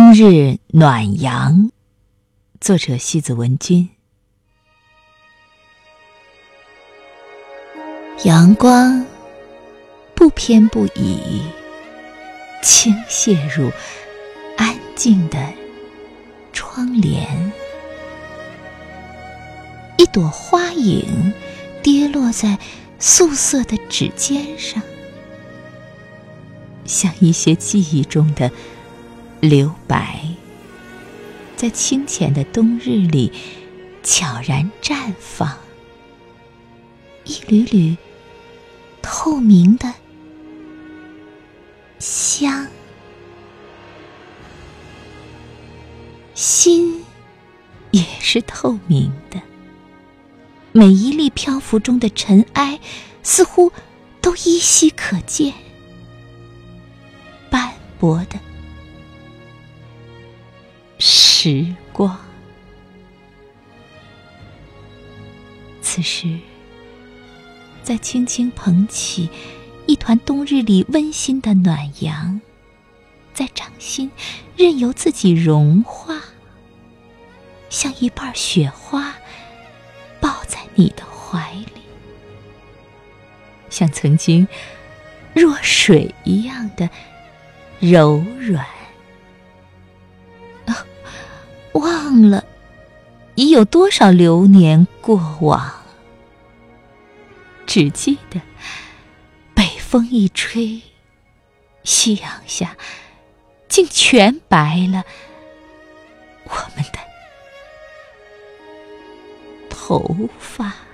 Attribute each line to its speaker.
Speaker 1: 冬日暖阳，作者西子文君。阳光不偏不倚，倾泻入安静的窗帘。一朵花影跌落在素色的指尖上，像一些记忆中的留白，在清浅的冬日里悄然绽放，一缕缕透明的香。心也是透明的，每一粒漂浮中的尘埃似乎都依稀可见，斑驳的时光。此时在轻轻捧起一团冬日里温馨的暖阳，在掌心任由自己融化，像一瓣雪花抱在你的怀里，像曾经若水一样的柔软。忘了已有多少流年过往，只记得北风一吹，夕阳下竟全白了我们的头发。